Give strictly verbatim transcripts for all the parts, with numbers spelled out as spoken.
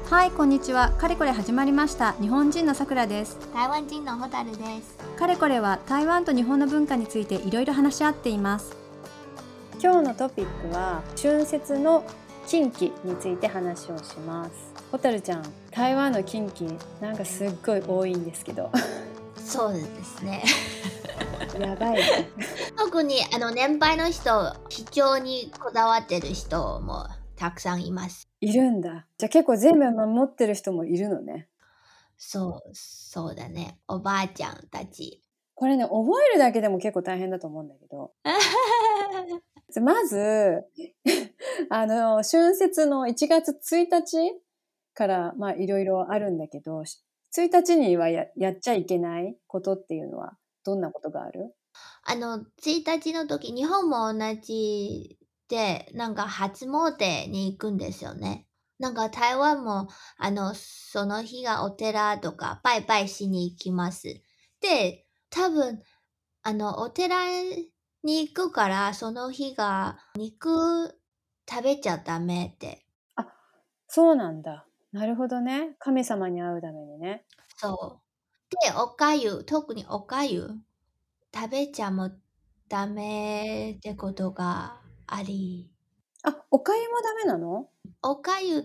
はい、こんにちは。かれこれ始まりました。日本人のさくらです。 台湾人のホタルです。 かれこれは台湾と日本の文化についていろいろ話し合っています。今日のトピックは春節の近畿について話をします。ホタルちゃん、台湾の近畿なんかすっごい多いんですけど。 そうですね。 やばいね。 特にあの年配の人、非常にこだわってる人もたくさんいます。 いるんだ。じゃあ結構全部守ってる人もいるのね。 そう、そうだね。おばあちゃんたち。 これね、覚えるだけでも結構大変だと思うんだけど。まず、あの、春節のいちがつついたちからまあいろいろあるんだけど、ついたちには や, やっちゃいけないことっていうのはどんなことがある？ あの、ついたちの時、日本も同じで、なんか初詣に行くんですよね。なんか台湾も、あの、その日がお寺とか、バイバイしに行きます。で、多分、あの、お寺に行くから、その日が肉食べちゃダメって。 あ、そうなんだ。なるほどね。神様に会うためにね。 そう。で、おかゆ、特におかゆ、食べちゃもダメってことがあり。 あ、おかゆもダメなの？ おかゆって、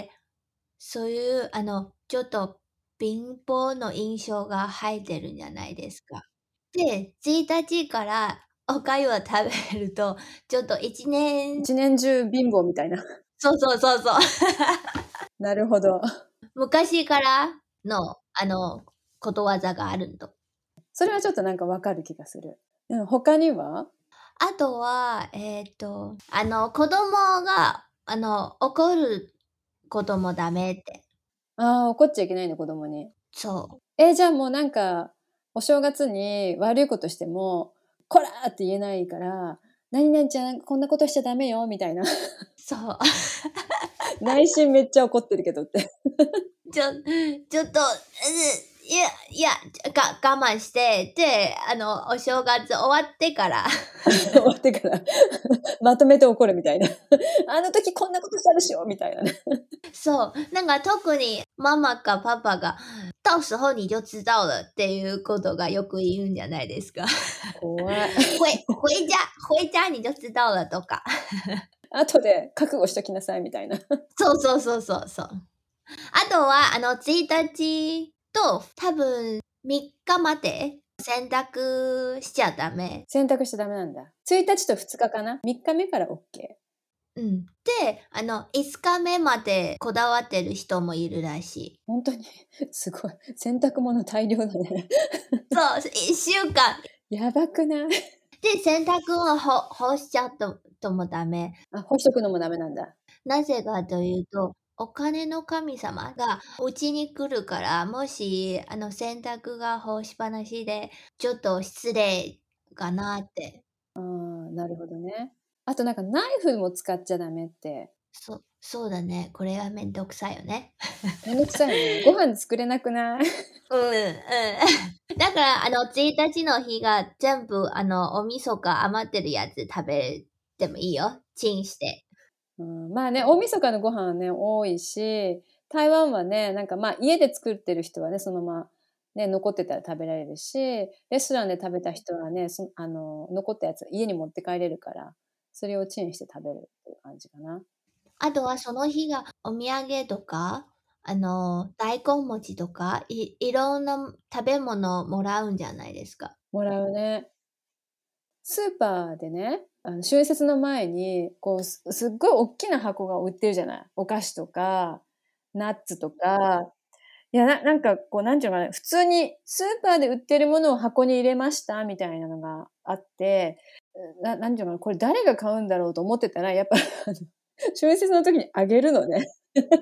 そういう、あの、ちょっと貧乏の印象が入ってるんじゃないですか。で、ついたちからおかゆを食べると、ちょっと一年一年中貧乏みたいな。 そうそうそうそう。 なるほど。 昔からの、あの、ことわざがあるんと。 それはちょっとなんかわかる気がする。うん、他には？ あとは、えっと、あの、子供が、あの、怒ることもダメって。 ああ、怒っちゃいけないの、子供に。 そう。 えーじゃあもうなんか、お正月に悪いことしても、こらーって言えないから、何々ちゃん、こんなことしちゃダメよ、みたいな。 そう。 内心めっちゃ怒ってるけどって。 ちょ、ちょっと、ういや、いや、が、我慢して、で、あの、お正月終わってから、 終わってから、まとめて怒るみたいな。あの時こんなことしたでしょみたいなね。 そう、なんか特にママかパパが、到時候你就知道了っていうことがよく言うんじゃないですか。 怖い。 回、回家、回家你就知道了とか。 後で覚悟しときなさいみたいな。 そうそうそうそうそう。あとは、あの、ついたちと多分みっかまで洗濯しちゃダメ。 洗濯しちゃダメなんだ。ついたちとふつかかな ?みっ 日目から OK。 うん。で、あの、いつかめまでこだわってる人もいるらしい。 本当に、すごい。洗濯物大量だね。 そう、いっしゅうかん。 やばくない？ で、洗濯をほ干しちゃうとともダメ。 あ、干しとくのもダメなんだ。 なぜかというと、お金の神様がうちに来るから、もし、あの、洗濯が干しっぱなしで、ちょっと失礼かなって。 ああ、なるほどね。あとなんかナイフも使っちゃダメって。 そそうだね。これはめんどくさいよね。 めんどくさいね。ご飯作れなくない？ うん、うん。だから、あの、ついたちの日が全部、あの、お味噌が余ってるやつ食べてもいいよ。チンして。 うん、まあね、大晦日のご飯はね、多いし、台湾はね、なんかまあ家で作ってる人はね、そのままね、残ってたら食べられるし、レストランで食べた人はね、そあの、残ったやつ家に持って帰れるから、それをチンして食べるっていう感じかな。 あとはその日がお土産とか、あの、大根餅とか、いいろんな食べ物もらうんじゃないですか。 もらうね。スーパーでね、あの春節の前に、こうす、すっごい大きな箱が売ってるじゃない。お菓子とか、ナッツとか、いや、な、なんか、こう、なんていうのかな、普通にスーパーで売ってるものを箱に入れましたみたいなのがあって、な、なんていうのかな、これ誰が買うんだろうと思ってたら、やっぱ、あの春節の時にあげるのね。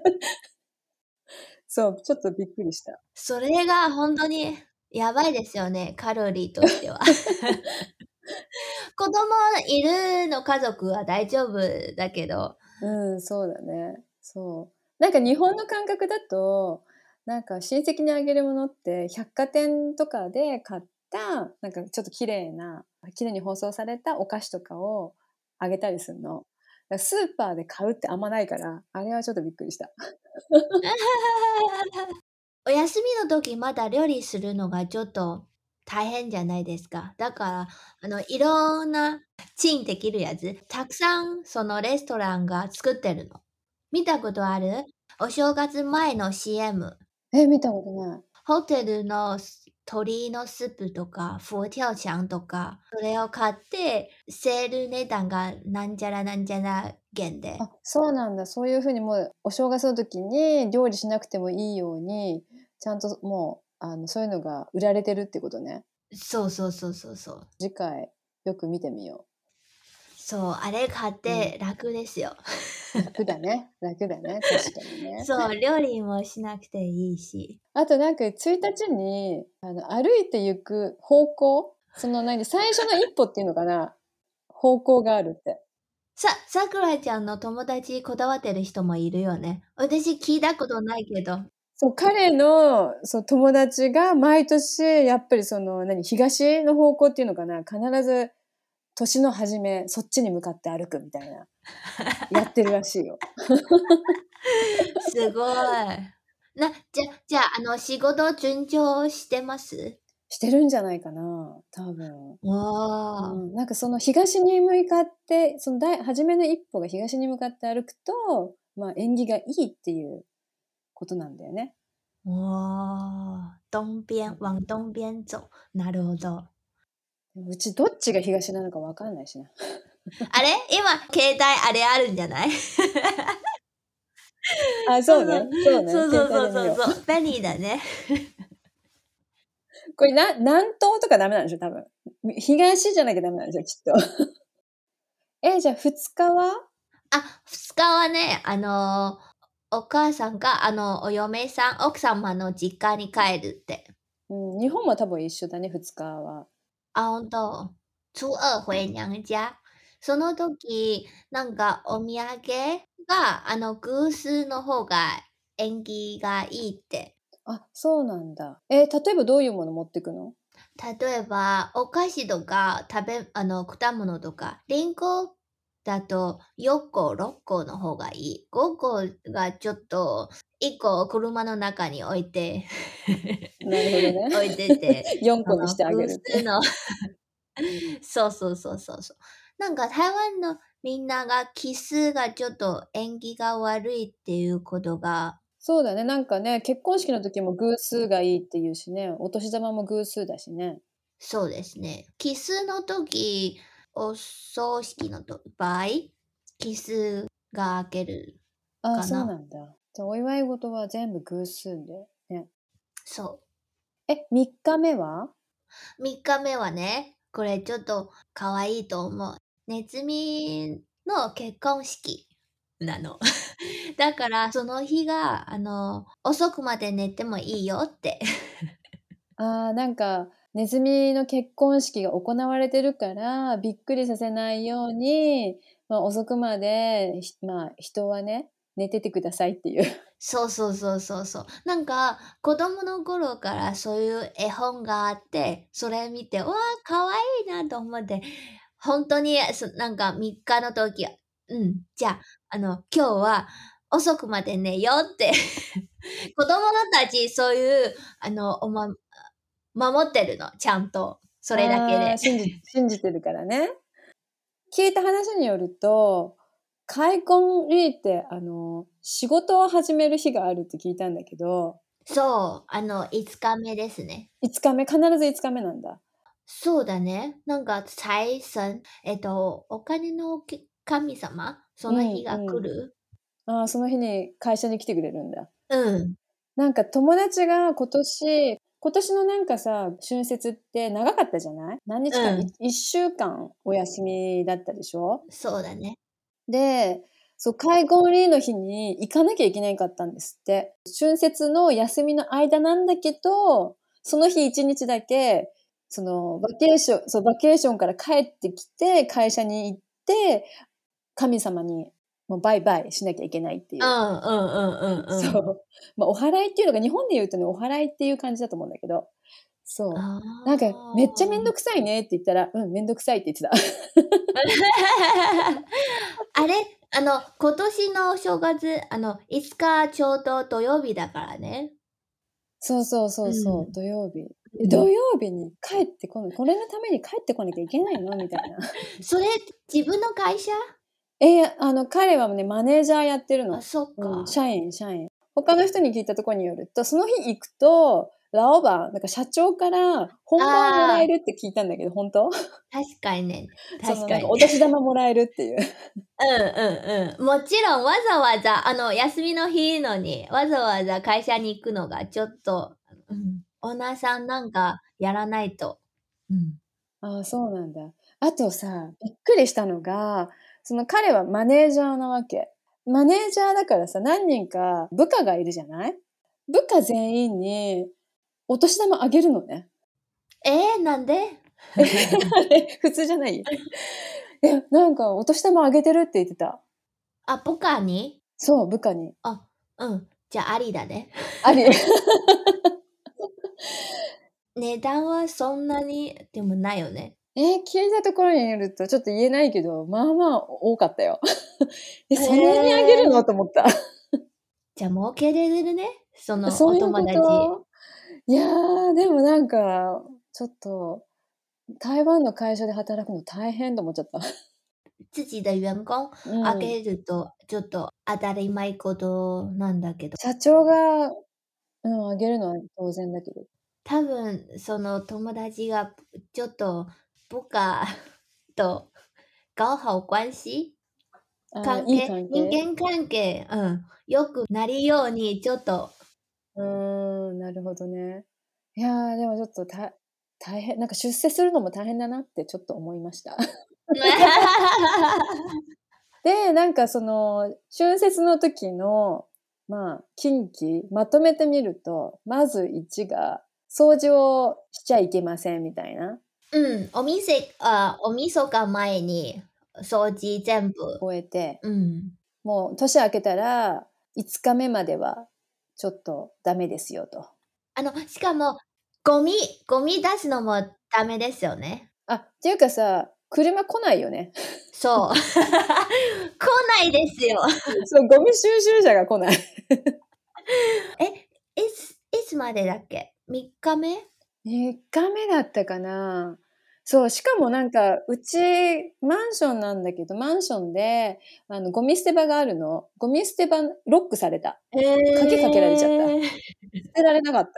そう、ちょっとびっくりした。 それがほんとにやばいですよね、カロリーとしては。子供いるの家族は大丈夫だけど。 うん、そうだね。そう。なんか日本の感覚だと、なんか親戚にあげるものって百貨店とかで買った、なんかちょっと綺麗な、綺麗に包装されたお菓子とかをあげたりするの。 らスーパーで買うってあんまないから、あれはちょっとびっくりした。 お休みの時まだ料理するのがちょっと大変じゃないですか。だから、あの、いろんなチンできるやつ、たくさんそのレストランが作ってるの。見たことある？お正月前の シーエム。 え、見たことない。 ホテルの鶏のスープとか、佛跳墙とか、それを買って、セール値段がなんちゃらなんちゃら元で。 あ、そうなんだ。そういう風にもうお正月の時に料理しなくてもいいように、ちゃんともう、あの、そういうのが売られてるってことね。 そうそうそうそうそう。 次回よく見てみよそう、あれ買っう。うん。 て楽ですよ。 楽だね。楽だね。確かにね。 そう、料理もしなくていいし。 あとなんかついたちに、あの、歩いて行く方向その何、最初の一歩っていうのかな方向があるって。 さ、さくらちゃんの友達こだわってる人もいるよね。私聞いたことないけど。 そう、彼の、そう、友達が毎年、やっぱりその、何、東の方向っていうのかな必ず、年の初め、そっちに向かって歩くみたいな、やってるらしいよ。 すごい。な、じゃ、じゃあ、あの、仕事順調してます？ してるんじゃないかな多分。 わあ。 うん、なんかその東に向かって、そのだ初めの一歩が東に向かって歩くと、まあ縁起がいいっていうことなんだよね。 わあ、東边往東边走。なるほど。 うちどっちが東なのかわかんないしな。 あれ今、携帯あれあるんじゃない？ あ、そうね。そうね。 そうそうそう携帯で見よそうそう。便利だね。 う。これな、南東とかダメなんでしょ多分。東じゃなきゃダメなんでしょきっと。え、じゃあ二日はあ、二日はね、あの、お母さんが、あの、お嫁さん、奥様の実家に帰るって。 うん、日本も多分一緒だね、二日は。 あ、ほんと。初二回娘家。その時、なんかお土産が、あの、偶数の方が縁起がいいって。 あ、そうなんだ。え、例えばどういうもの持ってくの？ 例えば、お菓子とか食べ、あの、果物とか、リンゴだとよっこ、ろっこの方がいい。ごこがちょっと、いっこ車の中に置いて、 なるほどね。 置いてて、 よんこにあの、 してあげ偶るって。 数のそうそうそうそうそう。なんか台湾のみんなが奇数がちょっと縁起が悪いっていうことが、 そうだね。なんかね、結婚式の時も偶数がいいって言うしね、お年玉も偶数だしね。 そうですね。奇数の時、お葬式のと場合、奇数が開けるああ、そうなかな。 んだ。じゃあ、お祝い事は全部偶数で。ね。 そえ、みっかめはう。みっかめはね、これちょっと可愛いと思う。ネズミの結婚式なの。だから、その日が、あの、遅くまで寝てもいいよって。 ああ、なんか、ネズミの結婚式が行われてるから、びっくりさせないように、まあ、遅くまで、ひまあ、人はね、寝ててくださいっていう。 そうそうそうそうそう。なんか、子供の頃からそういう絵本があって、それ見て、わあ、可愛いなと思って、本当に、そなんかみっかの時、うん、じゃあ、あの、今日は遅くまで寝ようって子供たちそういう、あの、おま守ってるの、ちゃんと。それだけああ、 で。 信じ信じてるからね。聞いた話によると、開墾リーって、あの、仕事を始める日があるって聞いたんだけど、 そう、あの、いつかめですね。 いつかめ、必ずいつかめなんだ。 そうだね。なんか、財神、えっと、お金のき神様、その日がうんうん。 来る。 ああ、その日に会社に来てくれるんだ。 うん。 なんか友達が今年、今年のなんかさ、春節って長かったじゃない何日間、いうん。 いっしゅうかんお休みだったでしょそうだね。 で、そう、開墾リーの日に行かなきゃいけなかったんですって。春節の休みの間なんだけど、その日一日だけ、その、バケーション、そう、バケーションから帰ってきて、会社に行って、神様にもうバイバイしなきゃいけないっていう。 うんうんうんうんうん。 そう。まあ、お祓いっていうのが、日本で言うとね、お祓いっていう感じだと思うんだけど、そう。なんか、めっちゃめんどあくさいねって言ったら、うん、めんどくさいって言ってた。 あ。あれ、 あの、今年の正月、あの、いつかちょうど土曜日だからね。 そうそうそうそう、 うん。 土曜日。 うん。 土曜日に帰ってこない。これのために帰ってこなきゃいけないのみたいな。 それ、自分の会社？ えー、あの、彼はね、マネージャーやってるあ、 の。 そっうん、 か。 社員、社員。他の人に聞いたところによると、その日行くと、ラオバ、なんか社長から本番もらああ、 えるって聞いたんだけど、本当？ 確かにね。 その、なんか確かにね。 お年玉もらえるっていう。 うんうんうん。もちろんわざわざ、あの、休みの日のに、わざわざ会社に行くのがちょっと、うん、オーナーさんなんかやらないと。うん。 ああ、そうなんだ。あとさ、びっくりしたのが、その彼はマネージャーなわけ。マネージャーだからさ、何人か部下がいるじゃない？部下全員にお年玉あげるのね。 えー、なんで？ あれ、普通じゃない？え、なんかお年玉あげてるって言ってた。 あ、部下に？ そう、部下に。 あ、うん。じゃあ、ありだね。 あり。 値段はそんなにでもないよね。 えー、聞いたところによると、ちょっと言えないけど、まあまあ多かったよ。え、 へそんなにあげるのえ。 と思った。 じゃあ、儲けれるね、そのおそういうこ友達。 と？いやー、でもなんか、ちょっと、台湾の会社で働くの大変と思っちゃった。 自己的員工うん。 あげるとちょっと当たり前ことなんだけど。 社長が、うん、あげるのは当然だけど。 多分その友達がちょっと部下と搞好关系ああ、いい関係人関係？ 間関係、うん、良くなるようにちょっと。 うーん、なるほどね。いやー、でもちょっとた大変なんか出世するのも大変だなってちょっと思いました。で、なんかその、春節の時の、まあ、近畿、まとめてみると、まずいちが、掃除をしちゃいけませんみたいな。 うん、お店あ、おみそか前に掃除全部。 終えて、 うん。 もう年明けたら、いつかめまでは、ちょっとダメですよと。 あの、しかも、ゴミゴミ出すのもダメですよね。 あ、っていうかさ、車来ないよね。 そう。来ないですよ。 そう、ゴミ収集車が来ない。 え、いついつまでだっけ？みっかめ？ みっかめだったかな。そう、しかもなんか、うち、マンションなんだけど、マンションで、あの、ゴミ捨て場があるの。ゴミ捨て場、ロックされた。鍵かけられちゃった。 ええ。 捨てられなかった。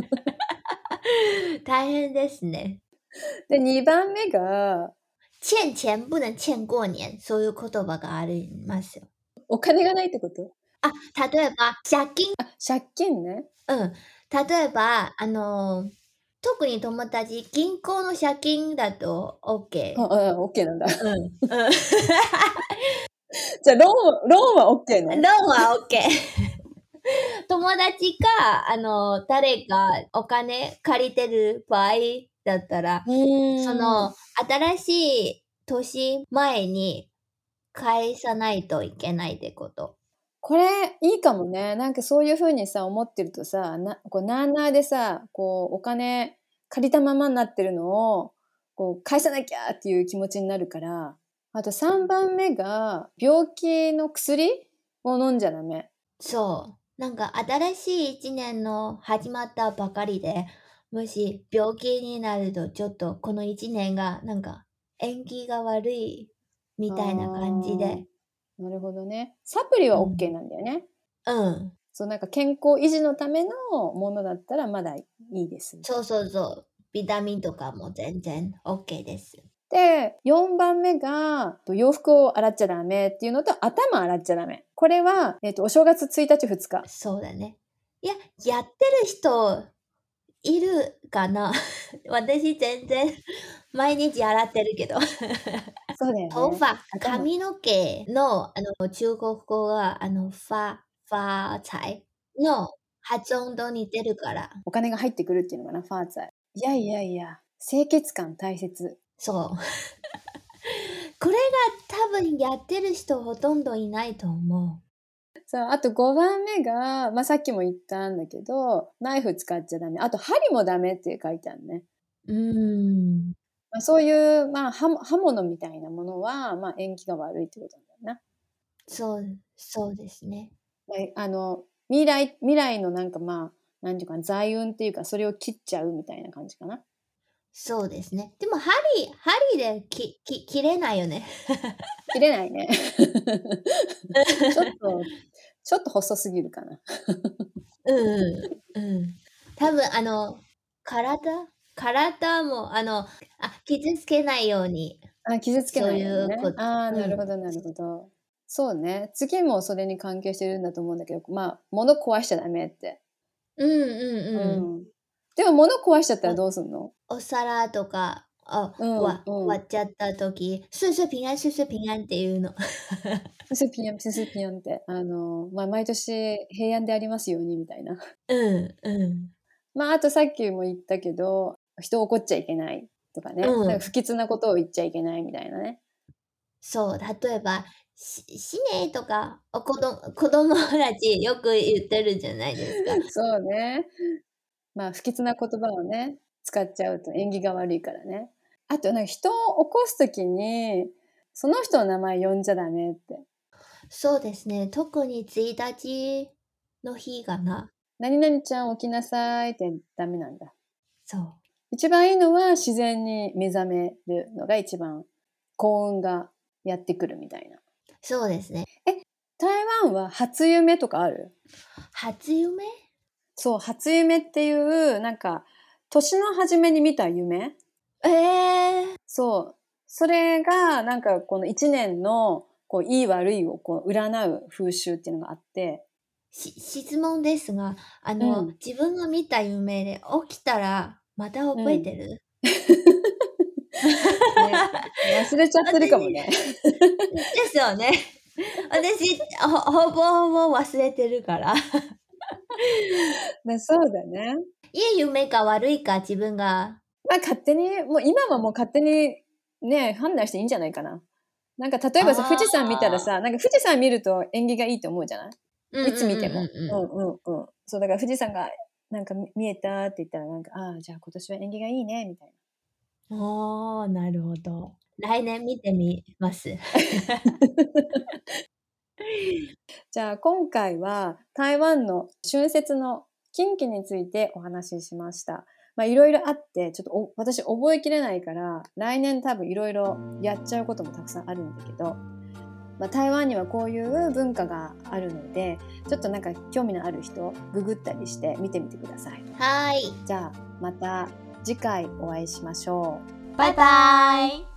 大変ですね。 で、にばんめが、 欠钱不能欠过年、そういう言葉がありますよ。 お金がないってこと？ あ、例えば、借金あ、借金ね。 うん。例えば、あの、特に友達、銀行の借金だとオッあ、 ケあ、オッケーなんだ。 ー。うん。うん。 じゃあ、ローン、ローンはオッケーね。 ローンはオッケー。友達か、あの、誰かお金借りてる場合だったら、 うーん。 その、新しい年前に返さないといけないってこと。 これ、いいかもね。なんかそういう風にさ、思ってるとさ、なこう、なあなあでさ、こう、お金借りたままになってるのを、こう、返さなきゃっていう気持ちになるから。あとさんばんめが、病気の薬を飲んじゃダメ。 そう。なんか新しいいちねんの始まったばかりで、もし病気になるとちょっとこのいちねんがなんか縁起が悪いみあたいな感じあ、 で。 なるほどね。サプリはオッケーうん。 なんだよね。 うん。 そう、なんか健康維持のためのものだったらまだいいです。 そうそうそう。ビタミンとかも全然オッケーです。 で、よんばんめが、と洋服を洗っちゃダメっていうのと、頭洗っちゃダメ。これは、えっと、お正月ついたちふつか。 そうだね。いや、やってる人いるかな？私全然毎日洗ってるけど。 そうだよね。 頭发、 頭。 髪の毛の、あの、中国語は、あの、发发財の発音と似てるから。 お金が入ってくるっていうのかな、ファーツァイ。いやいやいや、清潔感大切。 そう。これが多分やってる人ほとんどいないと思う。 そう、あとごばんめが、まあ、さっきも言ったんだけど、ナイフ使っちゃダメ。あと針もダメって書いてあるね。 うーん。 まあ、そういう、まあ、刃刃物みたいなものは、まあ、縁起が悪いってことなんだよな。 そう、そうですね。 まあ、あの、未来、未来のなんかまあ、なんていうかな、財運っていうか、それを切っちゃうみたいな感じかな。 そうですね。でも針針できき切れないよね。 切れないね。ちょっと、ちょっと細すぎるかな。 うんうんうん。多分あの、体体もあの、あ、傷つけないように、 あ、傷つけそうないようにね。 いうこああ、なるほうん。 どなるほど。そうね。次もそれに関係してるんだと思うんだけど、まあ、物壊しちゃダメって。 うんうんうん。 うん。でも物壊しちゃったらおどうすんの？ お皿とか、あ、 うんわうん。 割っちゃった時、岁岁平安、岁岁平安っていうの。 プスピヨン、プスピヨンって、あの、まあ、毎年平安でありますようにみたいな。 うんうん。 まあ、あとさっきも言ったけど、人を怒っちゃいけないとかね。なんか不うん。 吉なことを言っちゃいけないみたいなね。 そう、例えば、し死ねとか、お子ど子供たちよく言ってるじゃないですか。 そうね。まあ、不吉な言葉をね、使っちゃうと縁起が悪いからね。あと、なんか人を起こすときに、その人の名前呼んじゃダメって。 そうですね、特についたちの日がな。 何々ちゃん起きなさいってダメなんだ。 そう。 一番いいのは自然に目覚めるのが一番幸運がやってくるみたいな。 そうですね。 え、台湾は初夢とかある？ 初夢？ そう、初夢っていう、なんか、年の初めに見た夢？ ええ。 そう。それが、なんかこの一年の、こう、いい悪いをこう、占う風習っていうのがあって、 し質問ですが、あの、 うん、 自分が見た夢で起きたら、またうん。 覚えてる？ ね、忘れちゃってるかも私ね。 ですよね。私、ほほぼほぼ忘れてるから。 ね、そうだね。 いい夢か悪いか自分がまあ勝手に、もう今はもう勝手にね、判断していいんじゃないかな。なんか例えばさ、富あ士山見たらあ。 さ、なんか富士山見ると縁起がいいと思うじゃない？いつうんうんうん見ても。 うんうん。 うんうんうん。そう、だから富士山がなんか見えたって言ったらなんか、ああ、じゃあ今年は縁起がいいね、みたいな。 ああ、なるほど。来年見てみます。 じゃあ今回は台湾の春節の近畿についてお話ししました。まあいろいろあって、ちょっとお私覚えきれないから、来年多分いろいろやっちゃうこともたくさんあるんだけど、まあ、台湾にはこういう文化があるので、ちょっとなんか興味のある人、ググったりして見てみてください。 はい。 じゃあまた次回お会いしましょう。 バイバイ。